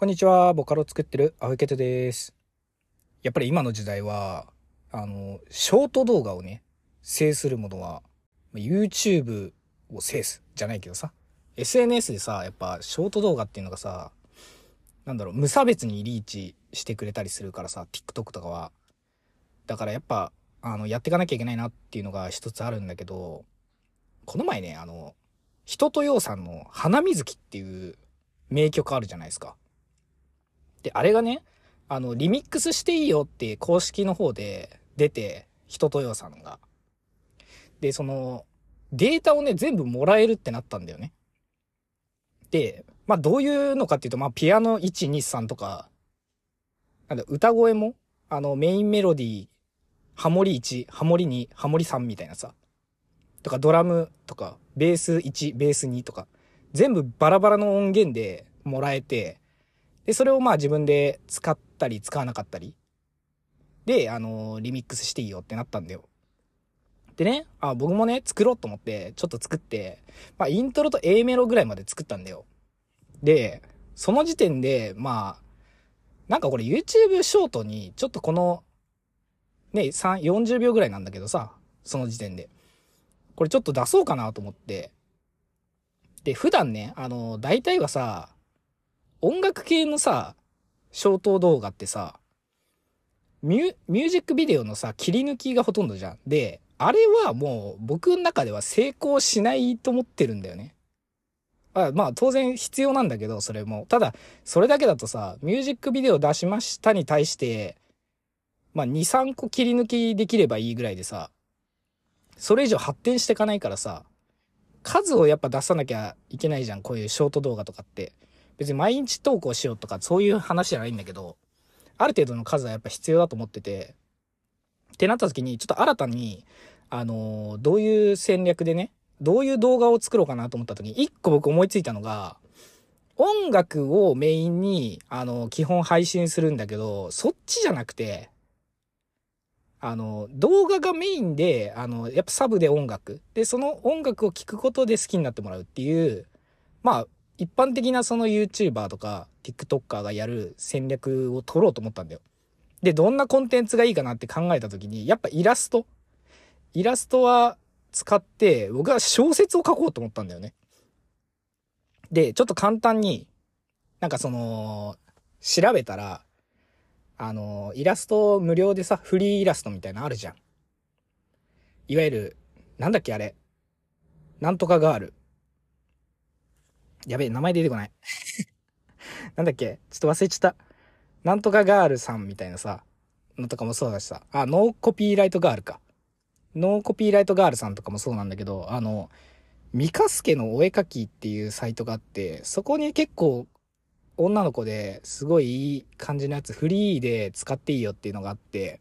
こんにちは、ボカロ作ってる青池手です。やっぱり今の時代は、ショート動画をね、制するものは、YouTube を制すじゃないけどさ、SNS でさ、やっぱショート動画っていうのがさ、無差別にリーチしてくれたりするからさ、TikTok とかは。だからやっぱ、やっていかなきゃいけないなっていうのが一つあるんだけど、この前ね、人とようさんの花水木っていう名曲あるじゃないですか。で、あれがね、リミックスしていいよって公式の方で出て、人とようさんが。で、その、データをね、全部もらえるってなったんだよね。で、どういうのかっていうと、ピアノ1、2、3とか、歌声も、メインメロディー、ハモリ1、ハモリ2、ハモリ3みたいなさ。とか、ドラムとか、ベース1、ベース2とか、全部バラバラの音源でもらえて、で、それを自分で使ったり使わなかったり。で、リミックスしていいよってなったんだよ。でね、僕もね、作ろうと思って、ちょっと作って、イントロと A メロぐらいまで作ったんだよ。で、その時点で、これ YouTube ショートに、ちょっとこの、ね、40秒ぐらいなんだけどさ、その時点で。これちょっと出そうかなと思って。で、普段ね、大体はさ、音楽系のさ、ショート動画ってさ、ミュージックビデオのさ、切り抜きがほとんどじゃん。で、あれはもう僕の中では成功しないと思ってるんだよね。当然必要なんだけど、それも。ただ、それだけだとさ、ミュージックビデオ出しましたに対して、2、3個切り抜きできればいいぐらいでさ、それ以上発展していかないからさ、数をやっぱ出さなきゃいけないじゃん、こういうショート動画とかって。別に毎日投稿しようとかそういう話じゃないんだけど、ある程度の数はやっぱ必要だと思ってて、ってなった時に、ちょっと新たに、どういう戦略でね、どういう動画を作ろうかなと思った時に、一個僕思いついたのが、音楽をメインに、基本配信するんだけど、そっちじゃなくて、動画がメインで、やっぱサブで音楽。で、その音楽を聴くことで好きになってもらうっていう、一般的なその YouTuber とか TikToker がやる戦略を取ろうと思ったんだよ。で、どんなコンテンツがいいかなって考えたときに、やっぱイラストは使って、僕は小説を書こうと思ったんだよね。で、ちょっと簡単に、調べたら、イラスト無料でさ、フリーイラストみたいなのあるじゃん。いわゆる、なんだっけあれ。なんとかガール。やべえ、名前出てこない。なんだっけちょっと忘れちゃった。なんとかガールさんみたいなさ、のとかもそうだしさ。ノーコピーライトガールか。ノーコピーライトガールさんとかもそうなんだけど、ミカスケのお絵描きっていうサイトがあって、そこに結構女の子ですごいいい感じのやつフリーで使っていいよっていうのがあって、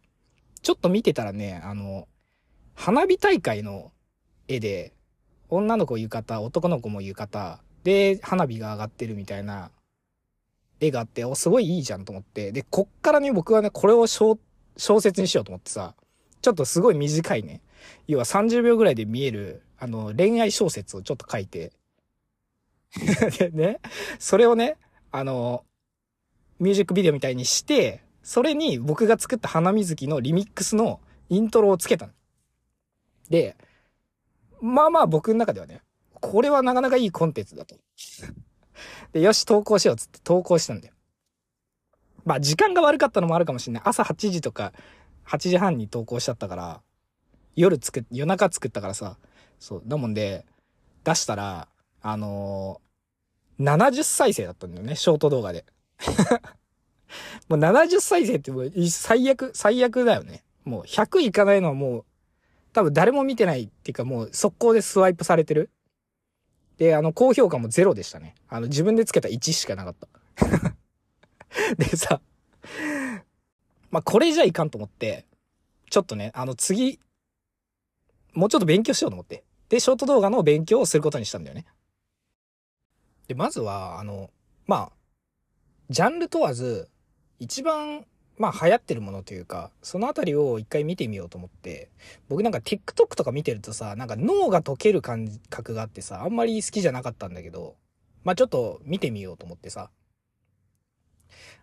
ちょっと見てたらね、花火大会の絵で、女の子浴衣、男の子も浴衣、で、花火が上がってるみたいな絵があって、すごいいいじゃんと思って、で、こっからね、僕はね、これを小説にしようと思ってさ、ちょっとすごい短いね、要は30秒ぐらいで見える、恋愛小説をちょっと書いて、でね、それをね、ミュージックビデオみたいにして、それに僕が作った花水木のリミックスのイントロをつけたの。で、僕の中ではね、これはなかなかいいコンテンツだと。で、よし、投稿しようっつって投稿したんだよ。時間が悪かったのもあるかもしれない。朝8時とか8時半に投稿しちゃったから、夜中作ったからさ、そう、だもんで、出したら、70再生だったんだよね、ショート動画で。もう70再生ってもう最悪だよね。もう100いかないのはもう、多分誰も見てないっていうかもう速攻でスワイプされてる。で、高評価もゼロでしたね。自分でつけた1しかなかった。でさ、これじゃいかんと思って、ちょっとね、次、もうちょっと勉強しようと思って。で、ショート動画の勉強をすることにしたんだよね。で、まずは、ジャンル問わず、一番、流行ってるものというか、そのあたりを一回見てみようと思って、僕TikTok とか見てるとさ、脳が溶ける感覚があってさ、あんまり好きじゃなかったんだけど、ちょっと見てみようと思ってさ。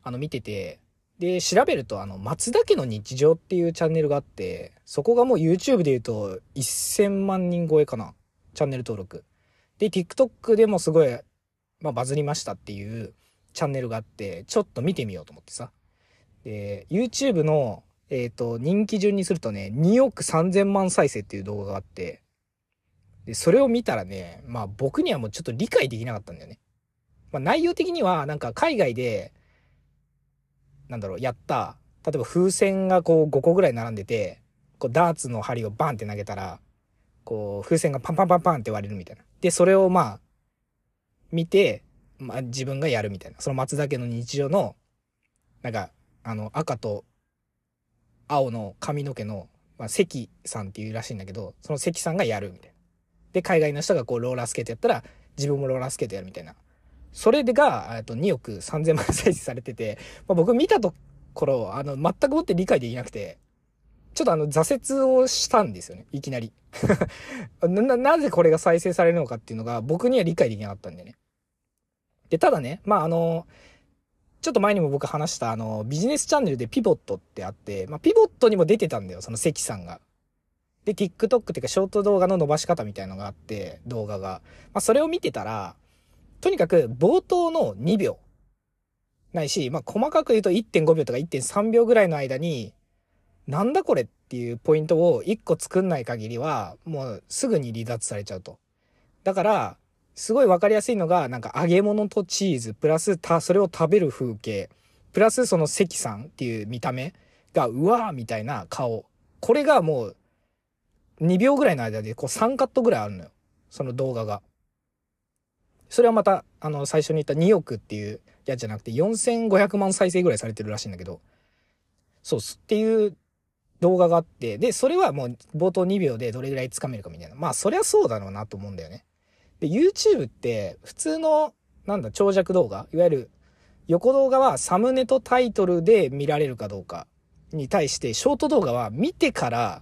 見てて、で、調べると、松田家の日常っていうチャンネルがあって、そこがもう YouTube で言うと1000万人超えかな。チャンネル登録。で、TikTok でもすごい、バズりましたっていうチャンネルがあって、ちょっと見てみようと思ってさ。で、YouTube の、人気順にするとね、2億3000万再生っていう動画があって、で、それを見たらね、僕にはもうちょっと理解できなかったんだよね。内容的には、なんか海外で、やった、例えば風船がこう5個ぐらい並んでて、こうダーツの針をバンって投げたら、こう風船がパンパンパンパンって割れるみたいな。で、それを見て、自分がやるみたいな。その松田家の日常の、なんか、赤と青の髪の毛の、関さんっていうらしいんだけど、その関さんがやるみたいな。で、海外の人がこうローラースケートやったら、自分もローラースケートやるみたいな。それが、2億3000万再生されてて、僕見たところ、全くもって理解できなくて、ちょっと挫折をしたんですよね、いきなり。なぜこれが再生されるのかっていうのが僕には理解できなかったんでね。で、ただね、ちょっと前にも僕話したビジネスチャンネルでピボットってあって、ピボットにも出てたんだよ、その関さんが。で、TikTok っていうかショート動画の伸ばし方みたいのがあって、動画が。それを見てたら、とにかく冒頭の2秒。ないし、細かく言うと 1.5 秒とか 1.3 秒ぐらいの間に、なんだこれっていうポイントを1個作んない限りは、もうすぐに離脱されちゃうと。だから、すごいわかりやすいのが、なんか揚げ物とチーズ、プラスそれを食べる風景、プラスその関さんっていう見た目が、うわーみたいな顔。これがもう、2秒ぐらいの間でこう3カットぐらいあるのよ。その動画が。それはまた、最初に言った2億っていうやつじゃなくて、4500万再生ぐらいされてるらしいんだけど、そうっていう動画があって、で、それはもう冒頭2秒でどれぐらいつかめるかみたいな。そりゃそうだろうなと思うんだよね。で、YouTube って普通の、長尺動画、いわゆる横動画はサムネとタイトルで見られるかどうかに対して、ショート動画は見てから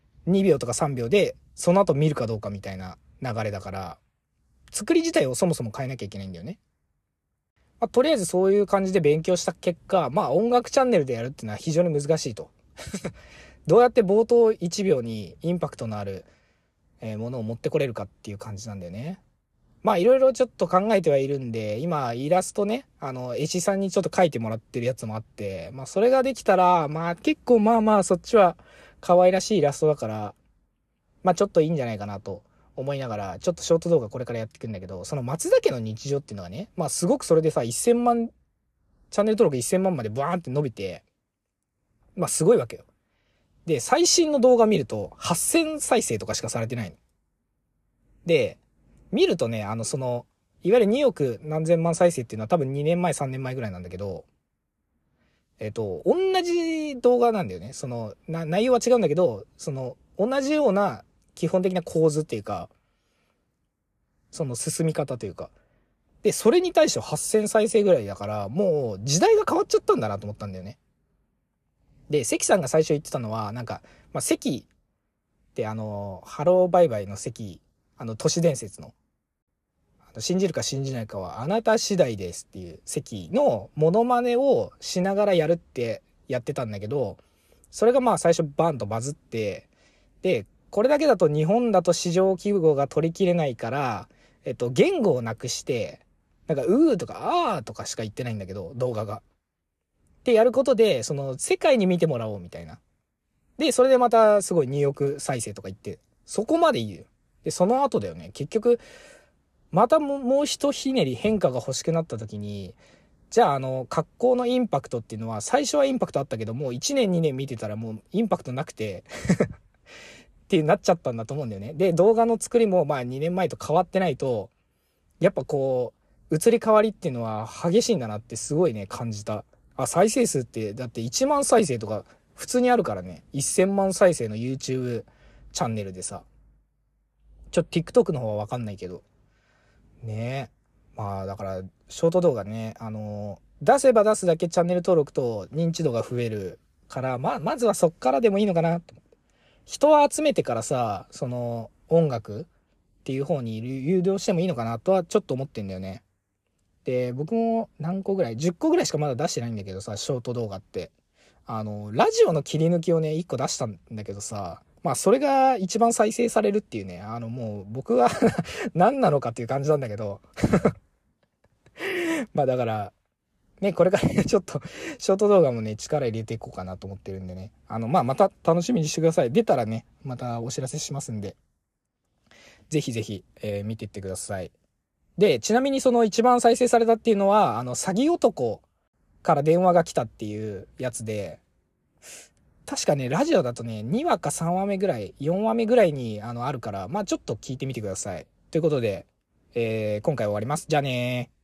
2秒とか3秒でその後見るかどうかみたいな流れだから、作り自体をそもそも変えなきゃいけないんだよね。とりあえずそういう感じで勉強した結果、音楽チャンネルでやるっていうのは非常に難しいと。どうやって冒頭1秒にインパクトのあるものを持ってこれるかっていう感じなんだよね。いろいろちょっと考えてはいるんで、今イラストね、絵師さんにちょっと描いてもらってるやつもあって、それができたら、結構そっちは可愛らしいイラストだから、ちょっといいんじゃないかなと思いながら、ちょっとショート動画これからやっていくんだけど、その松田家の日常っていうのがね、すごくそれでさ、1000万、チャンネル登録1000万までバーンって伸びて、すごいわけよ。で、最新の動画見ると、8000再生とかしかされてないの。で、見るとね、いわゆる2億何千万再生っていうのは多分2年前、3年前ぐらいなんだけど、同じ動画なんだよね。内容は違うんだけど、同じような基本的な構図っていうか、その進み方というか。で、それに対して8000再生ぐらいだから、もう時代が変わっちゃったんだなと思ったんだよね。で、関さんが最初言ってたのは、関ってハローバイバイの関、都市伝説の、信じるか信じないかはあなた次第ですっていう関のモノマネをしながらやるってやってたんだけど、それが最初バンとバズって、で、これだけだと日本だと市場規模が取りきれないから、言語をなくして、うーとかあーとかしか言ってないんだけど、動画が。ってやることで、世界に見てもらおうみたいな。で、それでまたすごい2億再生とか言って、そこまで言う。で、その後だよね。結局、またもう一ひねり変化が欲しくなった時に、じゃあ格好のインパクトっていうのは、最初はインパクトあったけども、1年2年見てたらもうインパクトなくて、ってなっちゃったんだと思うんだよね。で、動画の作りも2年前と変わってないと、やっぱこう、移り変わりっていうのは激しいんだなってすごいね、感じた。再生数って、だって1万再生とか普通にあるからね。1000万再生の YouTube チャンネルでさ。ちょっと TikTok の方はわかんないけど。ねえ。だから、ショート動画ね、出せば出すだけチャンネル登録と認知度が増えるから、まずはそっからでもいいのかなと。人を集めてからさ、音楽っていう方に誘導してもいいのかなとはちょっと思ってんだよね。 で、僕も何個ぐらい、10個ぐらいしかまだ出してないんだけどさ、ショート動画って。ラジオの切り抜きをね、1個出したんだけどさ、まあそれが一番再生されるっていうね、もう僕は何なのかっていう感じなんだけど、まあだから、ね、これからね、ちょっと、ショート動画もね、力入れていこうかなと思ってるんでね。まあまた楽しみにしてください。出たらね、またお知らせしますんで、ぜひぜひ、見ていってください。で、ちなみにその一番再生されたっていうのは、詐欺男から電話が来たっていうやつで、確かね、ラジオだとね、2話か3話目ぐらい、4話目ぐらいにあるから、まあちょっと聞いてみてください。ということで、今回終わります。じゃあねー。